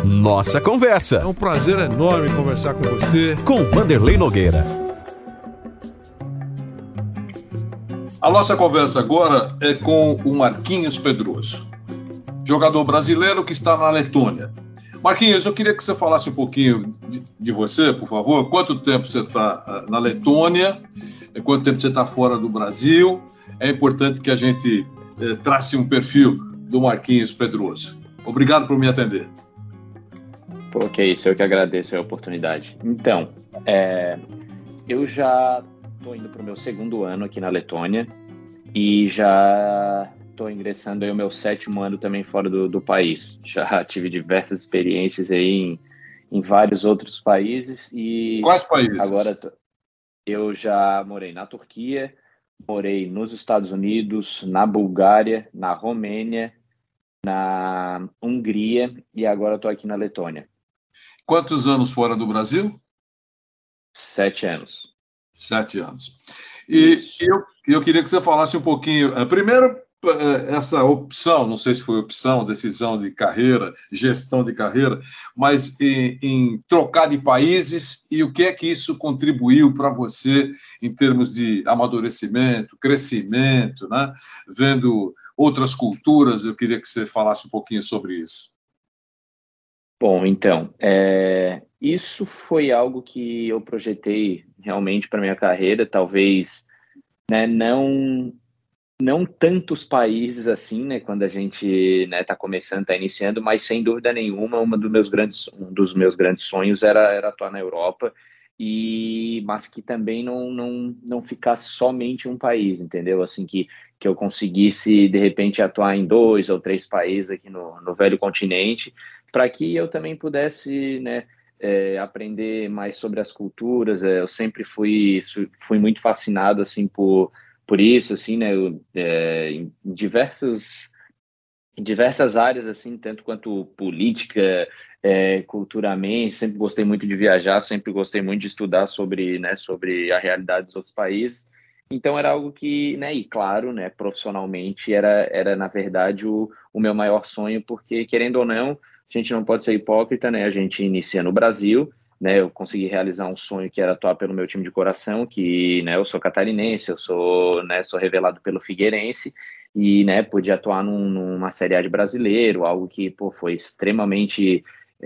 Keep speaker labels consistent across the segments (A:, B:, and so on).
A: Nossa Conversa.
B: É um prazer enorme conversar com você.
A: Com Vanderlei Nogueira.
C: A nossa conversa agora é com o Marquinhos Pedroso, jogador brasileiro que está na Letônia. Marquinhos, eu queria que você falasse um pouquinho de você, por favor. Quanto tempo você está na Letônia? Quanto tempo você está fora do Brasil? É importante que a gente trace um perfil do Marquinhos Pedroso. Obrigado por me atender.
D: Pô, que isso, eu que agradeço a oportunidade. Então, eu já estou indo para o meu segundo ano aqui na Letônia e já estou ingressando aí o meu 7º ano também fora do país. Já tive diversas experiências aí em vários outros países. E
C: quais países?
D: Agora eu já morei na Turquia, morei nos Estados Unidos, na Bulgária, na Romênia, na Hungria e agora estou aqui na Letônia.
C: Quantos anos fora do Brasil?
D: 7 anos.
C: 7 anos. E eu queria que você falasse um pouquinho, primeiro, essa opção, não sei se foi opção, decisão de carreira, gestão de carreira, mas em trocar de países e o que é que isso contribuiu para você em termos de amadurecimento, crescimento, né? Vendo outras culturas, eu queria que você falasse um pouquinho sobre isso.
D: Bom, então, isso foi algo que eu projetei realmente para minha carreira, talvez, né, não tantos países assim, né, quando a gente, né, tá começando, tá iniciando, mas sem dúvida nenhuma, um dos meus grandes sonhos era atuar na Europa, mas que também não ficar somente em um país, entendeu? Assim, que eu conseguisse, de repente, atuar em 2 ou 3 países aqui no velho continente, para que eu também pudesse, né, aprender mais sobre as culturas. Eu sempre fui muito fascinado, assim, por isso, assim, né, em diversas áreas, assim, tanto quanto política, culturalmente, sempre gostei muito de viajar, sempre gostei muito de estudar sobre, né, sobre a realidade dos outros países. Então era algo que, né, e claro, né, profissionalmente era na verdade o meu maior sonho, porque querendo ou não, a gente não pode ser hipócrita, né, a gente inicia no Brasil, né, eu consegui realizar um sonho que era atuar pelo meu time de coração, que, né, eu sou catarinense, eu sou, né, sou revelado pelo Figueirense, e, né, pude atuar numa Série A de brasileiro, algo que, pô, foi extremamente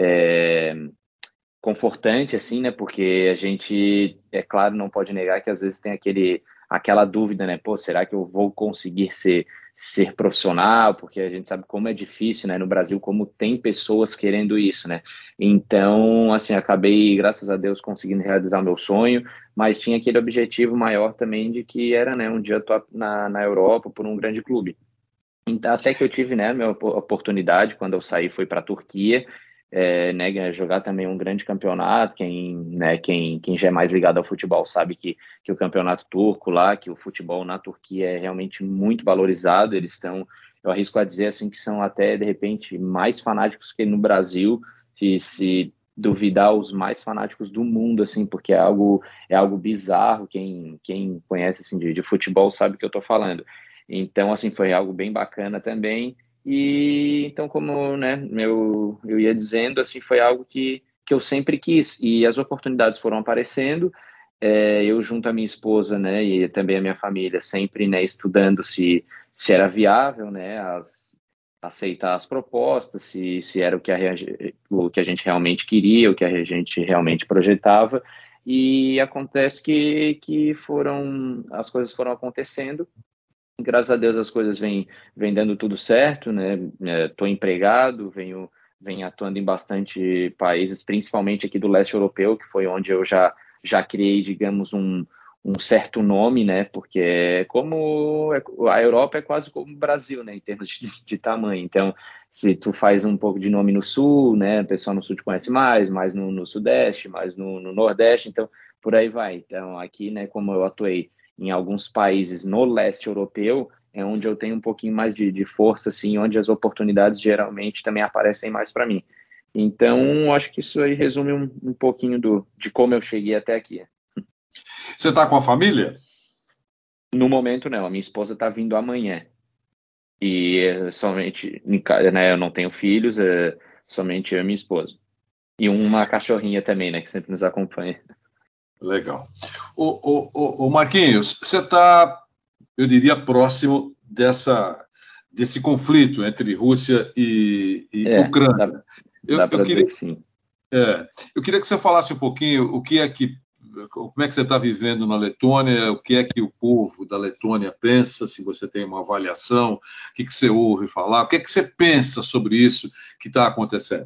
D: confortante, assim, né, porque a gente, é claro, não pode negar que às vezes tem aquela dúvida, né, pô, será que eu vou conseguir ser profissional? Porque a gente sabe como é difícil, né, no Brasil, como tem pessoas querendo isso, né, então, assim, acabei, graças a Deus, conseguindo realizar o meu sonho, mas tinha aquele objetivo maior também de que era, né, um dia atuar na Europa por um grande clube. Então, até que eu tive, né, a minha oportunidade, quando eu saí, foi para a Turquia, né, jogar também um grande campeonato. Quem já é mais ligado ao futebol sabe que o campeonato turco lá, que o futebol na Turquia é realmente muito valorizado. Eles estão, eu arrisco a dizer assim, que são até, de repente, mais fanáticos que no Brasil, se duvidar, os mais fanáticos do mundo, assim, porque é algo bizarro. Quem conhece assim, de futebol sabe o que eu estou falando. Então, assim, foi algo bem bacana também. E então, como, né, eu ia dizendo, assim, foi algo que eu sempre quis. E as oportunidades foram aparecendo. Eu junto à minha esposa, né, e também a minha família, sempre, né, estudando se era viável, né, aceitar as propostas, se era o que a gente realmente queria, o que a gente realmente projetava. E acontece que as coisas foram acontecendo. Graças a Deus as coisas vêm dando tudo certo, né? Estou empregado, venho atuando em bastante países, principalmente aqui do leste europeu, que foi onde eu já criei, digamos, um certo nome, né? Porque a Europa é quase como o Brasil, né? Em termos de tamanho. Então, se tu faz um pouco de nome no sul, né? O pessoal no sul te conhece mais no sudeste, mais no nordeste, então por aí vai. Então, aqui, né? Como eu atuei em alguns países no leste europeu, é onde eu tenho um pouquinho mais de força, assim, onde as oportunidades geralmente também aparecem mais para mim. Então, acho que isso aí resume um pouquinho de como eu cheguei até aqui.
C: Você está com a família?
D: No momento, não. A minha esposa está vindo amanhã. E somente, né, eu não tenho filhos, somente eu e minha esposa. E uma cachorrinha também, né, que sempre nos acompanha.
C: Legal. O Marquinhos, você está, eu diria, próximo desse conflito entre Rússia e Ucrânia.
D: Dá para dizer que sim.
C: Eu queria que você falasse um pouquinho como é que você está vivendo na Letônia, o que é que o povo da Letônia pensa, se você tem uma avaliação, o que você ouve falar, o que é que você pensa sobre isso que está acontecendo?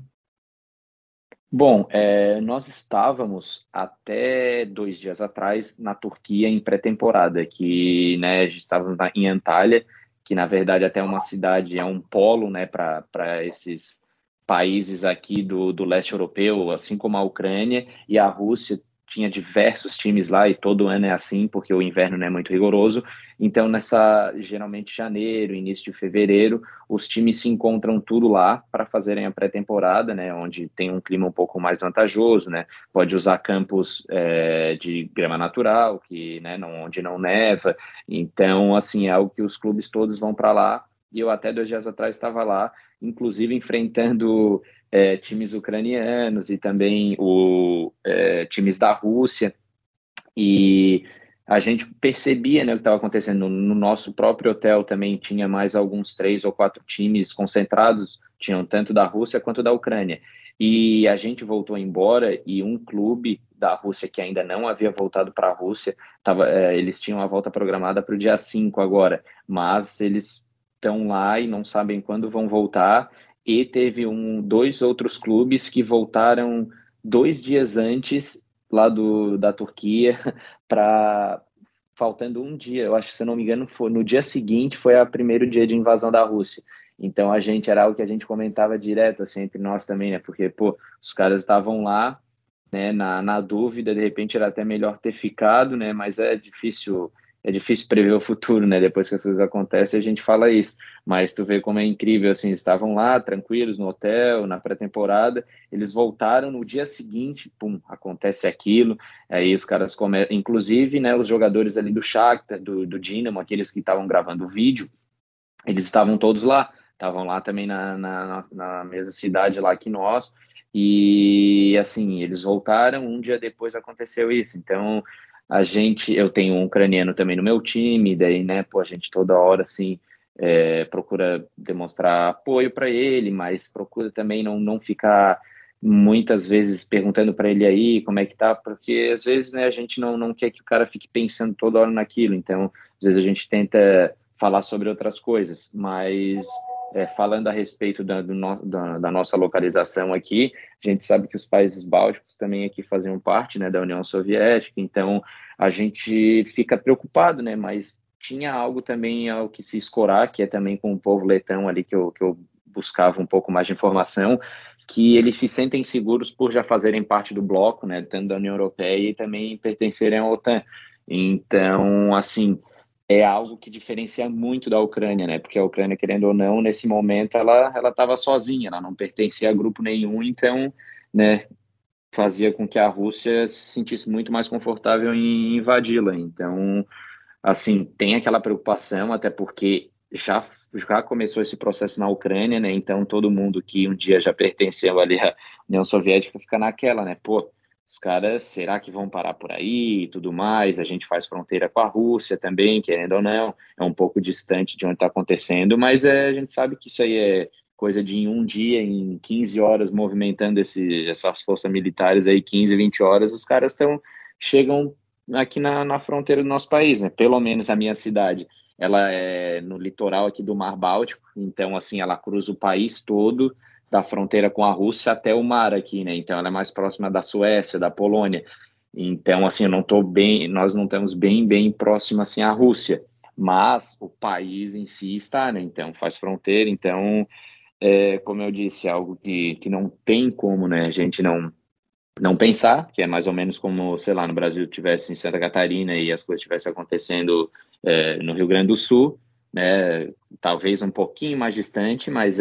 D: Bom, nós estávamos até 2 dias atrás na Turquia em pré-temporada, que, né, a gente estava em Antalya, que na verdade até uma cidade, é um polo, né, para esses países aqui do leste europeu, assim como a Ucrânia e a Rússia. Tinha diversos times lá e todo ano é assim, porque o inverno não é muito rigoroso. Então, geralmente janeiro, início de fevereiro, os times se encontram tudo lá para fazerem a pré-temporada, né, onde tem um clima um pouco mais vantajoso, né, pode usar campos de grama natural, que, né, onde não neva. Então, assim, é algo que os clubes todos vão para lá, e eu até 2 dias atrás estava lá, inclusive enfrentando times ucranianos e também times da Rússia, e a gente percebia, né, o que estava acontecendo no nosso próprio hotel. Também tinha mais alguns 3 ou 4 times concentrados, tinham tanto da Rússia quanto da Ucrânia, e a gente voltou embora e um clube da Rússia que ainda não havia voltado para a Rússia, eles tinham a volta programada para o dia 5 agora, mas eles estão lá e não sabem quando vão voltar, e teve 2 outros clubes que voltaram 2 dias antes lá da Turquia, para faltando um dia, eu acho que, se eu não me engano, foi no dia seguinte, foi o primeiro dia de invasão da Rússia. Então era algo que a gente comentava direto, assim, entre nós também, né? Porque, pô, os caras estavam lá, né, na dúvida, de repente era até melhor ter ficado, né? Mas é difícil prever o futuro, né? Depois que as coisas acontecem, a gente fala isso. Mas tu vê como é incrível, assim, estavam lá tranquilos no hotel, na pré-temporada, eles voltaram no dia seguinte, pum, acontece aquilo. Aí os caras começam, inclusive, né, os jogadores ali do Shakhtar, do Dinamo, aqueles que estavam gravando o vídeo, eles estavam todos lá, estavam lá também na mesma cidade lá que nós, e assim, eles voltaram, um dia depois aconteceu isso. Então, eu tenho um ucraniano também no meu time, daí, né, pô, a gente toda hora, assim, procura demonstrar apoio para ele, mas procura também não ficar muitas vezes perguntando para ele aí como é que tá, porque às vezes, né, a gente não quer que o cara fique pensando toda hora naquilo. Então, às vezes a gente tenta falar sobre outras coisas, mas falando a respeito da nossa localização aqui, a gente sabe que os países bálticos também aqui faziam parte, né, da União Soviética, então a gente fica preocupado, né, mas tinha algo também ao que se escorar, que é também com o povo letão ali, que eu buscava um pouco mais de informação, que eles se sentem seguros por já fazerem parte do bloco, né, tanto da União Europeia e também pertencerem à OTAN. Então, assim, é algo que diferencia muito da Ucrânia, né? Porque a Ucrânia, querendo ou não, nesse momento ela estava sozinha, ela não pertencia a grupo nenhum, então, né, fazia com que a Rússia se sentisse muito mais confortável em invadi-la. Então, assim, tem aquela preocupação, até porque já começou esse processo na Ucrânia, né? Então, todo mundo que um dia já pertenceu ali à União Soviética fica naquela, né? Pô, os caras, será que vão parar por aí e tudo mais? A gente faz fronteira com a Rússia também, querendo ou não, é um pouco distante de onde está acontecendo, mas a gente sabe que isso aí é coisa de em um dia, em 15 horas, movimentando essas forças militares aí, 15, 20 horas, os caras chegam aqui na fronteira do nosso país, né? Pelo menos a minha cidade, ela é no litoral aqui do Mar Báltico, então, assim, ela cruza o país todo, da fronteira com a Rússia até o mar aqui, né? Então, ela é mais próxima da Suécia, da Polônia. Então, assim, nós não estamos bem próximo, assim, à Rússia, mas o país em si está, né? Então, faz fronteira. Então, como eu disse, é algo que não tem como, né, a gente não pensar, que é mais ou menos como, sei lá, no Brasil tivesse em Santa Catarina e as coisas estivessem acontecendo no Rio Grande do Sul, né? Talvez um pouquinho mais distante, mas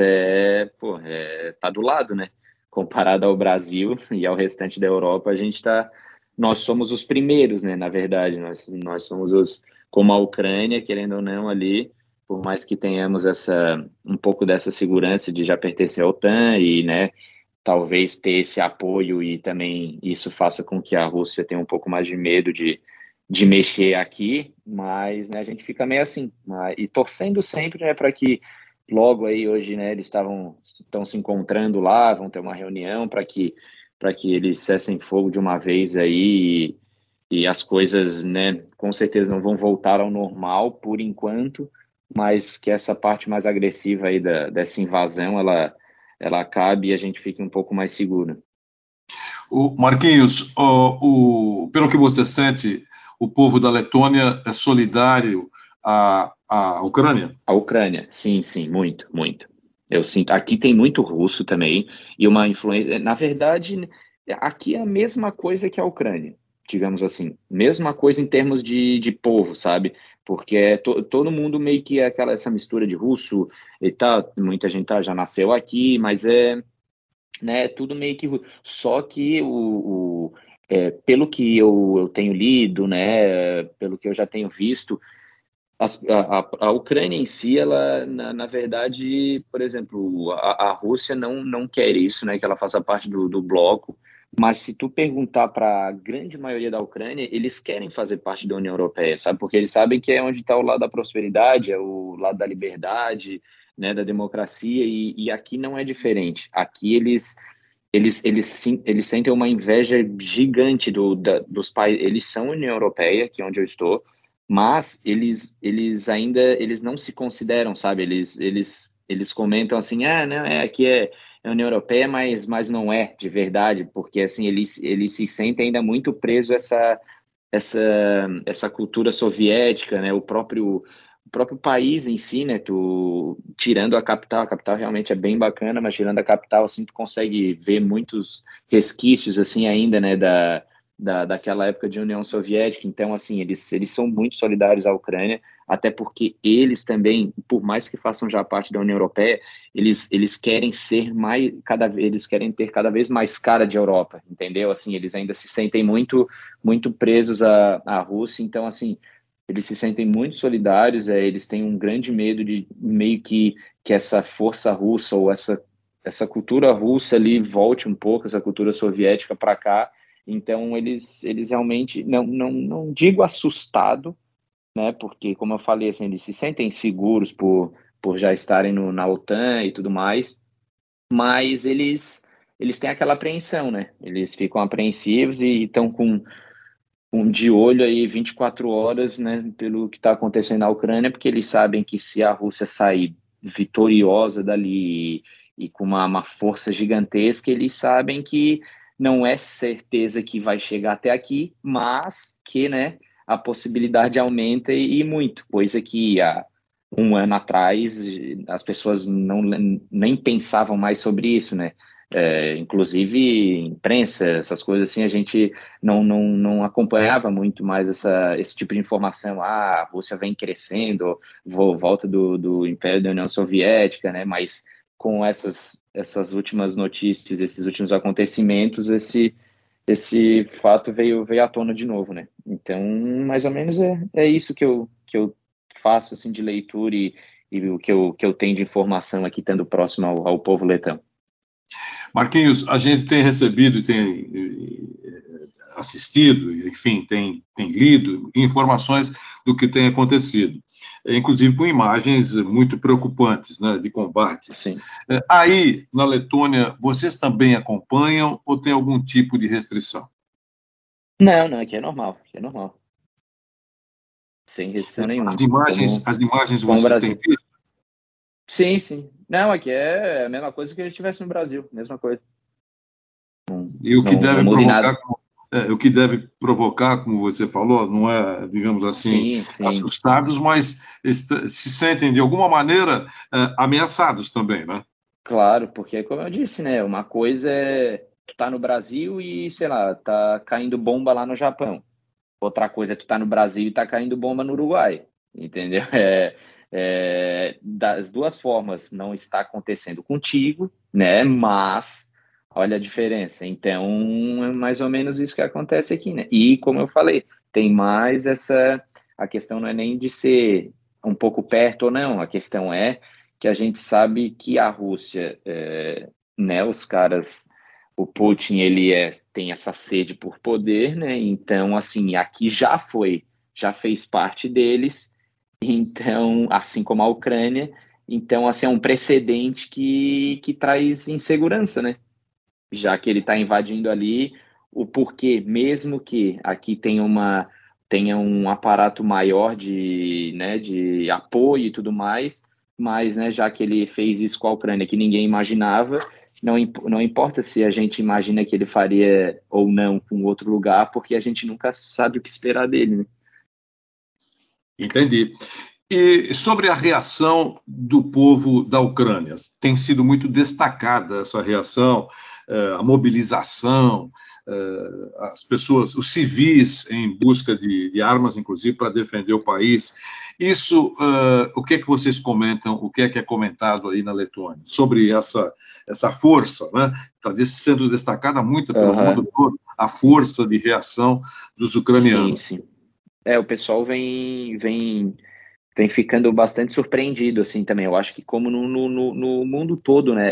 D: tá do lado, né? Comparado ao Brasil e ao restante da Europa, nós somos os primeiros, né? Na verdade, nós somos como a Ucrânia, querendo ou não, ali, por mais que tenhamos um pouco dessa segurança de já pertencer à OTAN e, né, talvez ter esse apoio, e também isso faça com que a Rússia tenha um pouco mais de medo de mexer aqui, mas, né, a gente fica meio assim, e torcendo sempre, né, para que logo aí hoje, né, eles estão se encontrando lá, vão ter uma reunião para que eles cessem fogo de uma vez aí, e as coisas, né, com certeza não vão voltar ao normal por enquanto, mas que essa parte mais agressiva aí dessa invasão, ela acabe e a gente fique um pouco mais seguro.
C: O Marquinhos, pelo que você sente, o povo da Letônia é solidário à Ucrânia?
D: A Ucrânia, sim, muito, muito. Eu sinto, aqui tem muito russo também, e uma influência, na verdade, aqui é a mesma coisa que a Ucrânia, digamos assim, mesma coisa em termos de povo, sabe? Porque todo mundo meio que é essa mistura de russo e tal, muita gente já nasceu aqui, mas né, tudo meio que russo. Só que pelo que eu tenho lido, né, pelo que eu já tenho visto, a Ucrânia em si, ela, na verdade, por exemplo, a Rússia não quer isso, né, que ela faça parte do bloco, mas se tu perguntar para a grande maioria da Ucrânia, eles querem fazer parte da União Europeia, sabe? Porque eles sabem que é onde está o lado da prosperidade, é o lado da liberdade, né, da democracia, e aqui não é diferente. Aqui eles sentem uma inveja gigante dos países. Eles são União Europeia, que é onde eu estou, mas eles não se consideram, sabe? Eles comentam assim, não, aqui é a União Europeia, mas não é de verdade, porque assim eles se sentem ainda muito presos a essa cultura soviética, né? O próprio país em si, né? Tirando a capital realmente é bem bacana, mas tirando a capital, assim, tu consegue ver muitos resquícios, assim, ainda, né? Daquela época de União Soviética. Então, assim, eles são muito solidários à Ucrânia, até porque eles também, por mais que façam já parte da União Europeia, eles querem ser eles querem ter cada vez mais cara de Europa, entendeu? Assim, eles ainda se sentem muito presos à Rússia. Então, assim, eles se sentem muito solidários, eles têm um grande medo de meio que essa força russa ou essa cultura russa ali volte um pouco, essa cultura soviética para cá. Então, eles realmente, não digo assustado, né, porque, como eu falei, assim, eles se sentem seguros por já estarem na OTAN e tudo mais, mas eles têm aquela apreensão, né? Eles ficam apreensivos e estão com de olho aí 24 horas, né, pelo que está acontecendo na Ucrânia, porque eles sabem que se a Rússia sair vitoriosa dali e com uma força gigantesca, eles sabem que não é certeza que vai chegar até aqui, mas que, né, a possibilidade aumenta e muito, coisa que há um ano atrás as pessoas nem pensavam mais sobre isso, né? Inclusive imprensa, essas coisas assim, a gente não acompanhava muito mais esse tipo de informação. A Rússia vem crescendo, volta do Império da União Soviética, né? Mas com essas últimas notícias, esses últimos acontecimentos, esse fato veio à tona de novo, né? Então, mais ou menos é isso que eu faço assim de leitura e o que eu tenho de informação aqui, estando próximo ao povo letão.
C: Marquinhos, a gente tem recebido, tem assistido, enfim, tem lido informações do que tem acontecido, inclusive com imagens muito preocupantes, né, de combates.
D: Sim.
C: Aí, na Letônia, vocês também acompanham ou tem algum tipo de restrição?
D: Não, aqui é normal, Sem restrição nenhuma.
C: As imagens
D: como
C: você tem visto?
D: Sim. Não, aqui é a mesma coisa que eles estivessem no Brasil, mesma coisa.
C: E o que deve provocar,
D: nada.
C: o que deve provocar, como você falou, não é, digamos assim,
D: Sim.
C: assustados, mas se sentem de alguma maneira ameaçados também, né?
D: Claro, porque como eu disse, né, uma coisa é tu tá no Brasil e, sei lá, tá caindo bomba lá no Japão. Outra coisa é tu tá no Brasil e tá caindo bomba no Uruguai, entendeu? Das duas formas, não está acontecendo contigo, né? Mas olha a diferença. Então, é mais ou menos isso que acontece aqui, né? E como eu falei, tem mais a questão não é nem de ser um pouco perto ou não. A questão é que a gente sabe que a Rússia, né, os caras, o Putin, tem essa sede por poder, né? Então, assim, aqui já fez parte deles, então, assim como a Ucrânia, então, assim, é um precedente que traz insegurança, né? Já que ele está invadindo ali, o porquê, mesmo que aqui tenha um aparato maior né, de apoio e tudo mais, mas, né, já que ele fez isso com a Ucrânia, que ninguém imaginava, não importa se a gente imagina que ele faria ou não com outro lugar, porque a gente nunca sabe o que esperar dele, né?
C: Entendi. E sobre a reação do povo da Ucrânia, tem sido muito destacada essa reação, a mobilização, as pessoas, os civis em busca de armas, inclusive, para defender o país. Isso, o que é que vocês comentam, o que é comentado aí na Letônia sobre essa força, né? Está sendo destacada muito pelo mundo todo, a força de reação dos ucranianos.
D: Sim, sim. O pessoal vem ficando bastante surpreendido, assim, também. Eu acho que como no mundo todo, né,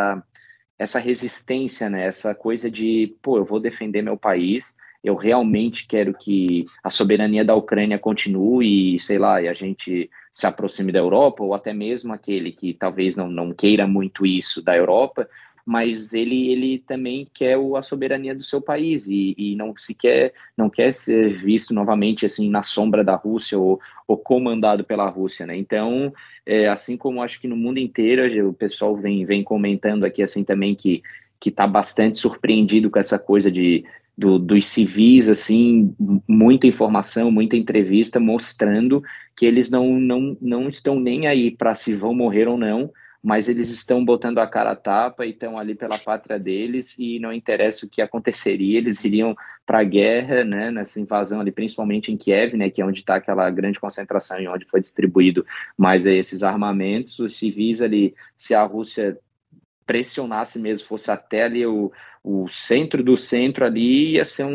D: essa resistência, né, essa coisa de, pô, eu vou defender meu país, eu realmente quero que a soberania da Ucrânia continue, sei lá, e a gente se aproxime da Europa, ou até mesmo aquele que talvez não queira muito isso da Europa, mas ele também quer a soberania do seu país e não quer ser visto novamente assim na sombra da Rússia ou comandado pela Rússia, né? Então, assim como acho que no mundo inteiro o pessoal vem comentando aqui assim também que está bastante surpreendido com essa coisa dos civis, assim, muita informação, muita entrevista mostrando que eles não estão nem aí para se vão morrer ou não, mas eles estão botando a cara a tapa e estão ali pela pátria deles e não interessa o que aconteceria, eles iriam para a guerra, né, nessa invasão ali, principalmente em Kiev, né, que é onde está aquela grande concentração e onde foi distribuído mais esses armamentos, os civis ali, se a Rússia pressionasse mesmo, fosse até ali o centro do centro ali, ia ser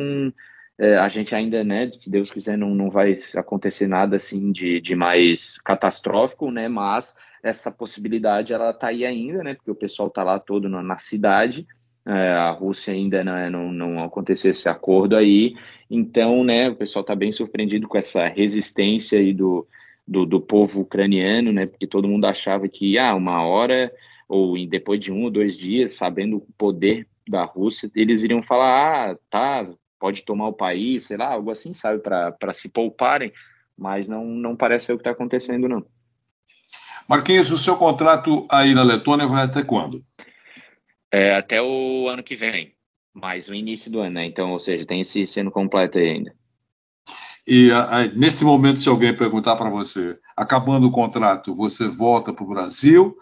D: a gente ainda, né, se Deus quiser, não vai acontecer nada assim de mais catastrófico, né, mas essa possibilidade, ela tá aí ainda, né, porque o pessoal tá lá todo na cidade, a Rússia ainda não aconteceu esse acordo aí, então, né, o pessoal tá bem surpreendido com essa resistência aí do povo ucraniano, né, porque todo mundo achava que, uma hora ou depois de 1 ou 2 dias, sabendo o poder da Rússia, eles iriam falar, tá, pode tomar o país, sei lá, algo assim, sabe, para se pouparem, mas não parece ser o que está acontecendo, não.
C: Marquinhos, o seu contrato aí na Letônia vai até quando?
D: Até o ano que vem, mais o início do ano, né? Então, ou seja, tem esse ano completo aí ainda.
C: E nesse momento, se alguém perguntar para você, acabando o contrato, você volta para o Brasil?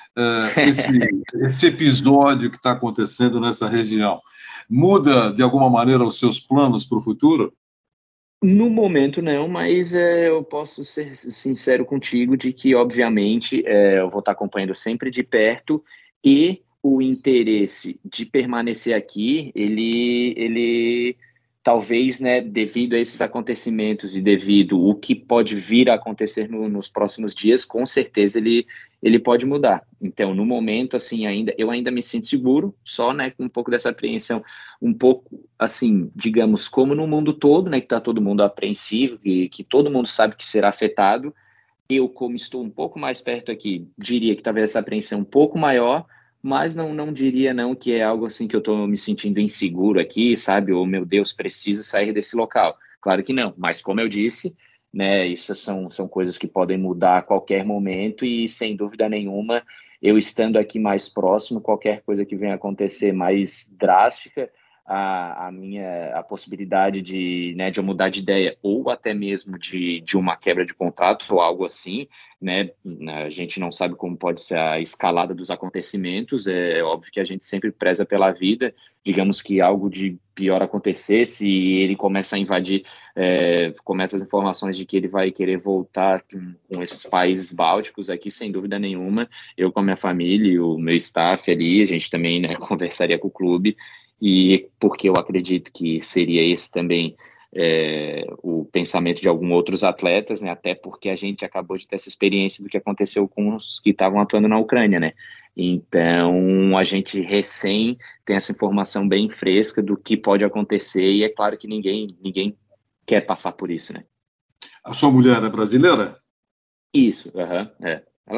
C: Esse episódio que está acontecendo nessa região muda, de alguma maneira, os seus planos para o futuro?
D: No momento não, mas eu posso ser sincero contigo de que, obviamente, eu vou estar acompanhando sempre de perto e o interesse de permanecer aqui, ele talvez, né, devido a esses acontecimentos e devido o que pode vir a acontecer nos próximos dias, com certeza ele pode mudar. Então, no momento, assim, eu ainda me sinto seguro, só, né, com um pouco dessa apreensão, um pouco, assim, digamos, como no mundo todo, né, que está todo mundo apreensivo e que todo mundo sabe que será afetado. Eu, como estou um pouco mais perto aqui, diria que talvez essa apreensão um pouco maior, mas não diria não que é algo assim que eu estou me sentindo inseguro aqui, sabe? Ou, meu Deus, preciso sair desse local. Claro que não, mas como eu disse, né, isso são coisas que podem mudar a qualquer momento e, sem dúvida nenhuma, eu estando aqui mais próximo, qualquer coisa que venha acontecer mais drástica, a possibilidade né, de eu mudar de ideia ou até mesmo de uma quebra de contrato ou algo assim, né? A gente não sabe como pode ser a escalada dos acontecimentos, é óbvio que a gente sempre preza pela vida, digamos que algo de pior acontecesse e ele começa a invadir, começa as informações de que ele vai querer voltar com esses países bálticos aqui, sem dúvida nenhuma, eu com a minha família e o meu staff ali, a gente também, né, conversaria com o clube, e porque eu acredito que seria esse também pensamento de alguns outros atletas, né? Até porque a gente acabou de ter essa experiência do que aconteceu com os que estavam atuando na Ucrânia, né? Então, a gente recém tem essa informação bem fresca do que pode acontecer, e é claro que ninguém quer passar por isso, né?
C: A sua mulher é brasileira?
D: Isso, é. Ela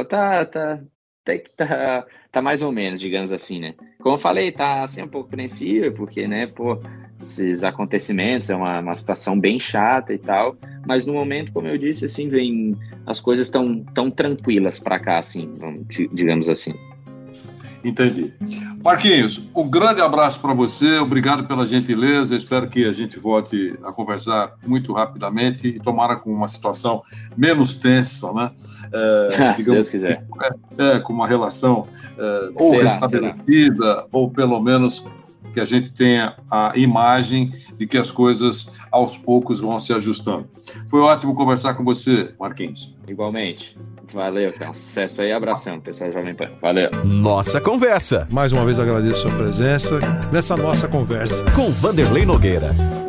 D: tá mais ou menos, digamos assim, né? Como eu falei, tá assim um pouco apreensiva, porque, né, pô, esses acontecimentos é uma situação bem chata e tal, mas no momento, como eu disse, assim, as coisas tão tranquilas para cá, assim, digamos assim.
C: Entendi. Marquinhos, um grande abraço para você, obrigado pela gentileza, espero que a gente volte a conversar muito rapidamente e tomara com uma situação menos tensa, né?
D: Se Deus quiser.
C: Com uma relação ou restabelecida, ou pelo menos que a gente tenha a imagem de que as coisas aos poucos vão se ajustando. Foi ótimo conversar com você, Marquinhos.
D: Igualmente. Valeu, então. Sucesso aí, abração, pessoal Jovem Pan. Valeu.
A: Nossa Conversa.
B: Mais uma vez agradeço a sua presença nessa nossa conversa.
A: Com Vanderlei Nogueira.